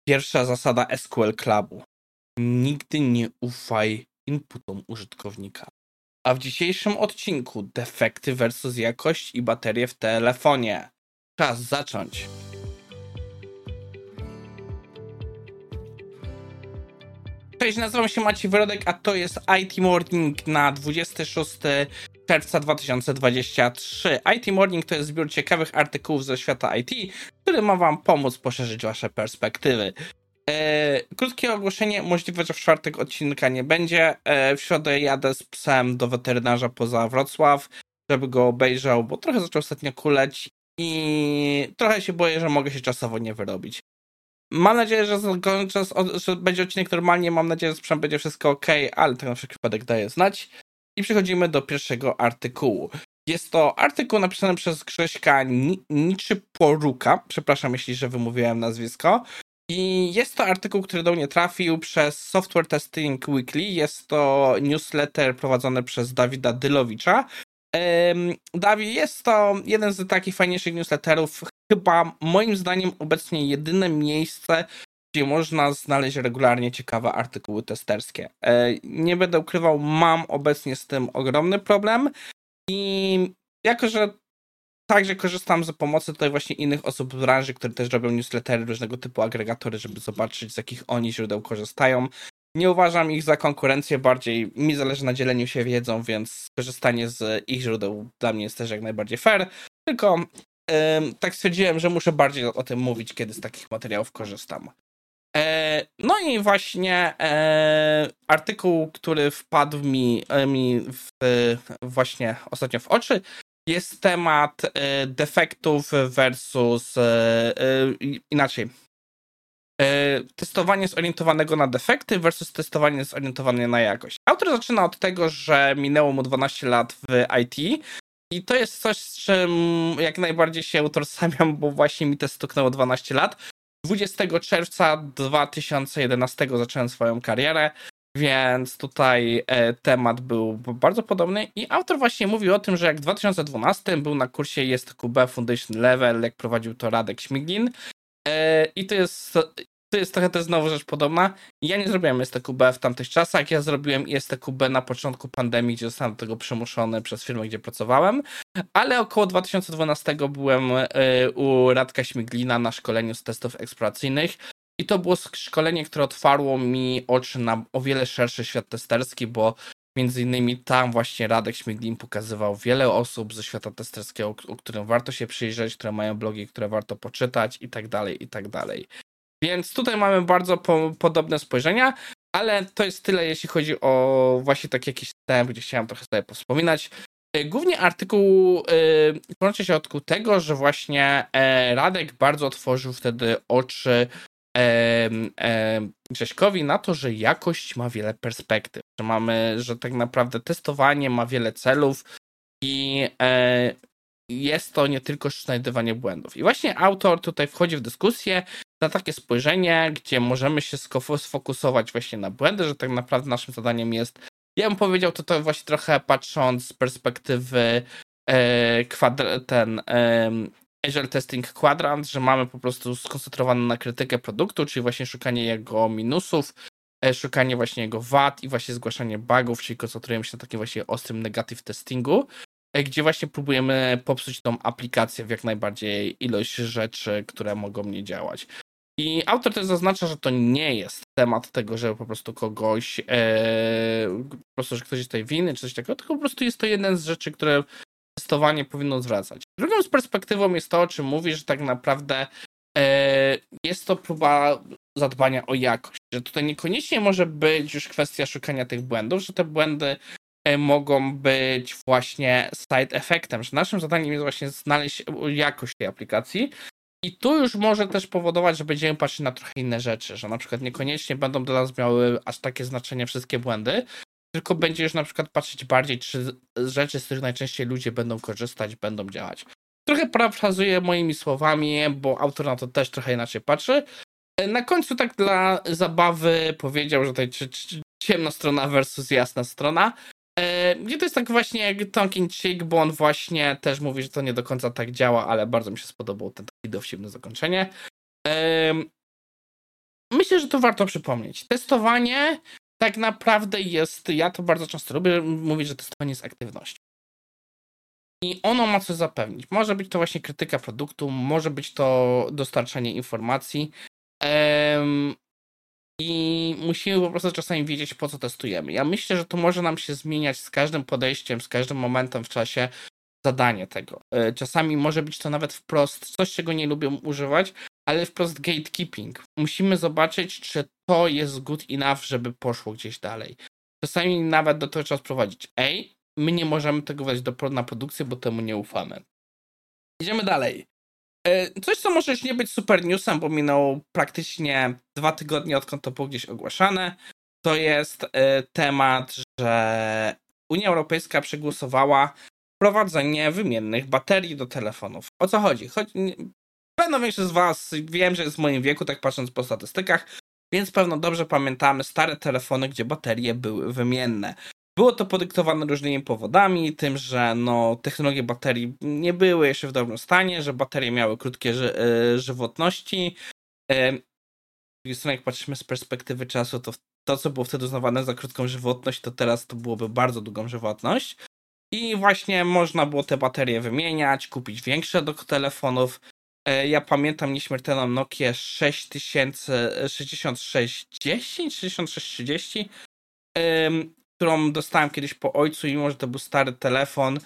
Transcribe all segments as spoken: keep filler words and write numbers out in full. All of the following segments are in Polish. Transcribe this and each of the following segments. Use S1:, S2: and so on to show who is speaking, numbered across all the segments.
S1: Pierwsza zasada S Q L Clubu. Nigdy nie ufaj inputom użytkownika. A w dzisiejszym odcinku defekty versus jakość i baterie w telefonie. Czas zacząć. Cześć, nazywam się Maciej Wyrodek, a to jest I T Morning na dwudziestego szóstego czerwca dwa tysiące dwudziestego trzeciego. I T Morning to jest zbiór ciekawych artykułów ze świata I T, który ma wam pomóc poszerzyć wasze perspektywy. Eee, krótkie ogłoszenie, możliwe, że w czwartek odcinka nie będzie. Eee, w środę jadę z psem do weterynarza poza Wrocław, żeby go obejrzał, bo trochę zaczął ostatnio kuleć i trochę się boję, że mogę się czasowo nie wyrobić. Mam nadzieję, że, że, że będzie odcinek normalnie, mam nadzieję, że z psem będzie wszystko ok, ale tak na wszelki wypadek daję znać. I przechodzimy do pierwszego artykułu. Jest to artykuł napisany przez Grześka Niczyporuka, przepraszam, jeśli że wymówiłem nazwisko. I jest to artykuł, który do mnie trafił przez Software Testing Weekly. Jest to newsletter prowadzony przez Dawida Dylowicza. Dawid, jest to jeden z takich fajniejszych newsletterów, chyba moim zdaniem obecnie jedyne miejsce, gdzie można znaleźć regularnie ciekawe artykuły testerskie. Nie będę ukrywał, mam obecnie z tym ogromny problem i jako, że także korzystam z pomocy tutaj właśnie innych osób w branży, które też robią newslettery, różnego typu agregatory, żeby zobaczyć, z jakich oni źródeł korzystają. Nie uważam ich za konkurencję, bardziej mi zależy na dzieleniu się wiedzą, więc korzystanie z ich źródeł dla mnie jest też jak najbardziej fair. Tylko yy, tak stwierdziłem, że muszę bardziej o tym mówić, kiedy z takich materiałów korzystam. E, no i właśnie e, artykuł, który wpadł mi, mi w, właśnie ostatnio w oczy, jest temat e, defektów versus e, e, inaczej. E, testowanie zorientowanego na defekty versus testowanie zorientowane na jakość. Autor zaczyna od tego, że minęło mu dwanaście lat w I T i to jest coś, z czym jak najbardziej się utożsamiam, bo właśnie mi też stuknęło dwanaście lat. dwudziestego czerwca dwa tysiące jedenastego zacząłem swoją karierę, więc tutaj e, temat był bardzo podobny i autor właśnie mówił o tym, że jak w dwa tysiące dwunastym był na kursie I S T Q B Foundation Level, jak prowadził to Radek Śmiglin e, i to jest, to jest trochę też znowu rzecz podobna. Ja nie zrobiłem I S T Q B w tamtych czasach, ja zrobiłem I S T Q B na początku pandemii, gdzie zostałem do tego przymuszony przez firmę, gdzie pracowałem, ale około dwa tysiące dwunastego byłem y, u Radka Śmiglina na szkoleniu z testów eksploracyjnych i to było szkolenie, które otwarło mi oczy na o wiele szerszy świat testerski, bo między innymi tam właśnie Radek Śmiglin pokazywał wiele osób ze świata testerskiego, o którym warto się przyjrzeć, które mają blogi, które warto poczytać i tak dalej, i tak dalej. Więc tutaj mamy bardzo po, podobne spojrzenia, ale to jest tyle, jeśli chodzi o właśnie taki jakiś wstęp, gdzie chciałem trochę sobie powspominać. Głównie artykuł yy, kończy się od tego, że właśnie e, Radek bardzo otworzył wtedy oczy e, e, Grześkowi na to, że jakość ma wiele perspektyw, że mamy, że tak naprawdę testowanie ma wiele celów i e, jest to nie tylko znajdywanie błędów. I właśnie autor tutaj wchodzi w dyskusję na takie spojrzenie, gdzie możemy się sfokusować właśnie na błędy, że tak naprawdę naszym zadaniem jest, ja bym powiedział to, to właśnie trochę patrząc z perspektywy e, kwadr- ten e, Agile Testing Quadrant, że mamy po prostu skoncentrowane na krytykę produktu, czyli właśnie szukanie jego minusów, e, szukanie właśnie jego wad i właśnie zgłaszanie bugów, czyli koncentrujemy się na takim właśnie ostrym negative testingu, e, gdzie właśnie próbujemy popsuć tą aplikację w jak najbardziej ilość rzeczy, które mogą nie działać. I autor też zaznacza, że to nie jest temat tego, że po prostu kogoś, e, po prostu, że ktoś jest tutaj winny, czy coś takiego, tylko po prostu jest to jeden z rzeczy, które testowanie powinno zwracać. Drugą z perspektywą jest to, o czym mówi, że tak naprawdę e, jest to próba zadbania o jakość, że tutaj niekoniecznie może być już kwestia szukania tych błędów, że te błędy e, mogą być właśnie side effectem, że naszym zadaniem jest właśnie znaleźć jakość tej aplikacji. I tu już może też powodować, że będziemy patrzeć na trochę inne rzeczy, że na przykład niekoniecznie będą dla nas miały aż takie znaczenie wszystkie błędy, tylko będziesz na przykład patrzeć bardziej, czy rzeczy, z których najczęściej ludzie będą korzystać, będą działać. Trochę parafrazuję moimi słowami, bo autor na to też trochę inaczej patrzy. Na końcu tak dla zabawy powiedział, że tutaj ciemna strona versus jasna strona. Gdzie to jest tak właśnie tongue in cheek, bo on właśnie też mówi, że to nie do końca tak działa, ale bardzo mi się spodobał ten taki dowcipne zakończenie. myślę, że to warto przypomnieć. Testowanie tak naprawdę jest, ja to bardzo często lubię mówić, że testowanie jest aktywnością. I ono ma coś zapewnić. Może być to właśnie krytyka produktu, może być to dostarczanie informacji. Um, I musimy po prostu czasami wiedzieć, po co testujemy. Ja myślę, że to może nam się zmieniać z każdym podejściem, z każdym momentem w czasie zadanie tego. Czasami może być to nawet wprost coś, czego nie lubię używać, ale wprost gatekeeping. Musimy zobaczyć, czy to jest good enough, żeby poszło gdzieś dalej. Czasami nawet do tego trzeba sprowadzić. Ej, my nie możemy tego wejść do, na produkcję, bo temu nie ufamy. Idziemy dalej. Coś, co może już nie być super newsem, bo minęło praktycznie dwa tygodnie, odkąd to było gdzieś ogłaszane, to jest temat, że Unia Europejska przegłosowała wprowadzenie wymiennych baterii do telefonów. O co chodzi? chodzi pewno większość z was, wiem, że jest w moim wieku, tak patrząc po statystykach, więc pewno dobrze pamiętamy stare telefony, gdzie baterie były wymienne. Było to podyktowane różnymi powodami, tym, że no, technologie baterii nie były jeszcze w dobrym stanie, że baterie miały krótkie ży yy, żywotności. Yy, jak patrzymy z perspektywy czasu, to to, co było wtedy uznawane za krótką żywotność, to teraz to byłoby bardzo długą żywotność. I właśnie można było te baterie wymieniać, kupić większe do telefonów. Yy, ja pamiętam nieśmiertelną Nokię sześć tysięcy sześćdziesiąt sześć dziesięć, sześćdziesiąt sześć trzydzieści. Yy, którą dostałem kiedyś po ojcu, mimo że to był stary telefon,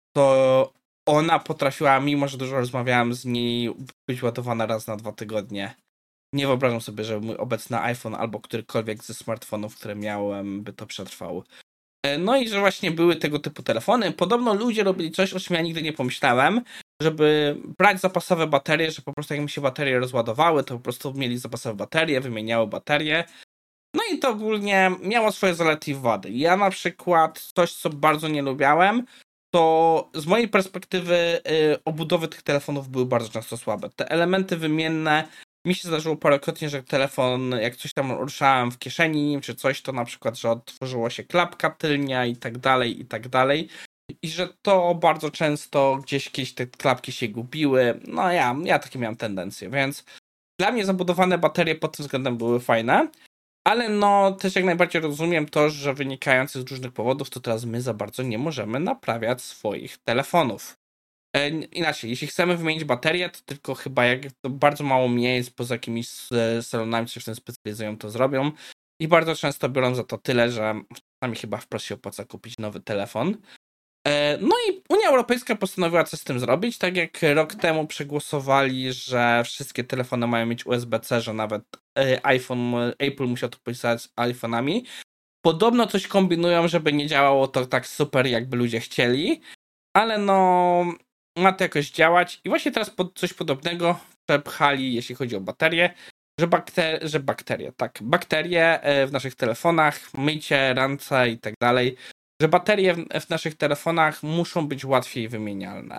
S1: to ona potrafiła, mimo że dużo rozmawiałem z niej, być ładowana raz na dwa tygodnie. Nie wyobrażam sobie, że mój obecny iPhone albo którykolwiek ze smartfonów, które miałem, by to przetrwał. No i że właśnie były tego typu telefony. Podobno ludzie robili coś, o czym ja nigdy nie pomyślałem, żeby brać zapasowe baterie, że po prostu jak mi się baterie rozładowały, to po prostu mieli zapasowe baterie, wymieniały baterie. No i to ogólnie miało swoje zalety i wady. Ja na przykład coś, co bardzo nie lubiałem, to z mojej perspektywy yy, obudowy tych telefonów były bardzo często słabe. Te elementy wymienne, mi się zdarzyło parokrotnie, że telefon, jak coś tam ruszałem w kieszeni czy coś, to na przykład, że otworzyło się klapka tylnia i tak dalej, i tak dalej. I że to bardzo często gdzieś kiedyś te klapki się gubiły. No ja, ja takie miałem tendencje, więc dla mnie zabudowane baterie pod tym względem były fajne. Ale no też jak najbardziej rozumiem to, że wynikające z różnych powodów, to teraz my za bardzo nie możemy naprawiać swoich telefonów. E, inaczej, jeśli chcemy wymienić baterię, to tylko chyba jak to bardzo mało miejsc poza jakimiś salonami, które się w tym specjalizują, to zrobią. I bardzo często biorą za to tyle, że czasami chyba wprost się opłaca kupić nowy telefon. E, no i Unia Europejska postanowiła coś z tym zrobić, tak jak rok temu przegłosowali, że wszystkie telefony mają mieć U S B C, że nawet iPhone, Apple musiał to pisać z iPhone'ami. Podobno coś kombinują, żeby nie działało to tak super, jakby ludzie chcieli, ale no ma to jakoś działać i właśnie teraz pod coś podobnego przepchali, jeśli chodzi o baterie, że, bakter- że bakterie, tak, bakterie w naszych telefonach, mycie, ręce i tak dalej, że baterie w, w naszych telefonach muszą być łatwiej wymienialne.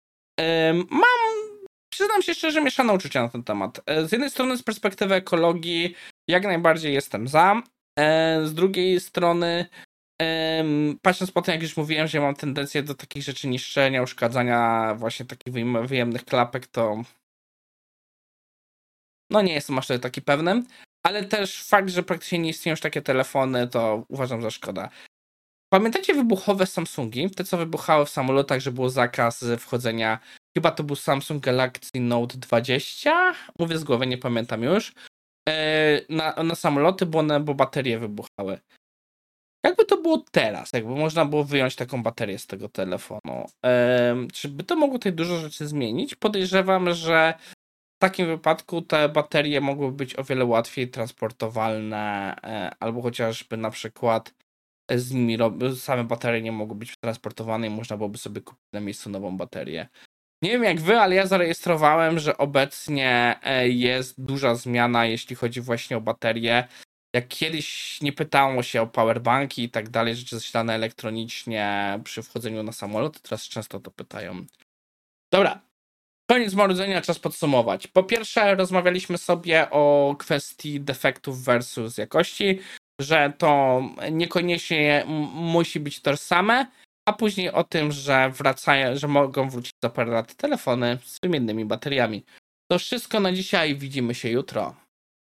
S1: Ym, mam Przyznam się szczerze, mieszane uczucia na ten temat. Z jednej strony z perspektywy ekologii jak najbardziej jestem za. Z drugiej strony patrząc po tym, jak już mówiłem, że mam tendencję do takich rzeczy niszczenia, uszkadzania właśnie takich wyjemnych klapek, to no nie jestem aż taki pewny. Ale też fakt, że praktycznie nie istnieją już takie telefony, to uważam za szkoda. Pamiętacie wybuchowe Samsungi? Te, co wybuchały w samolotach, że było zakaz wchodzenia. Chyba to był Samsung Galaxy Note dwadzieścia? Mówię z głowy, nie pamiętam już. Na, na samoloty, bo, one, bo baterie wybuchały. Jakby to było teraz? Jakby można było wyjąć taką baterię z tego telefonu. Czy by to mogło tutaj dużo rzeczy zmienić? Podejrzewam, że w takim wypadku te baterie mogłyby być o wiele łatwiej transportowalne, albo chociażby na przykład z nimi same baterie nie mogły być transportowane i można byłoby sobie kupić na miejscu nową baterię. Nie wiem jak wy, ale ja zarejestrowałem, że obecnie jest duża zmiana, jeśli chodzi właśnie o baterie. Jak kiedyś nie pytało się o powerbanki i tak dalej, rzeczy zasilane elektronicznie przy wchodzeniu na samolot, teraz często to pytają. Dobra, koniec marudzenia, czas podsumować. Po pierwsze, rozmawialiśmy sobie o kwestii defektów versus jakości, że to niekoniecznie m- musi być tożsame, a później o tym, że wracają, że mogą wrócić za parę lat telefony z wymiennymi bateriami. To wszystko na dzisiaj, widzimy się jutro.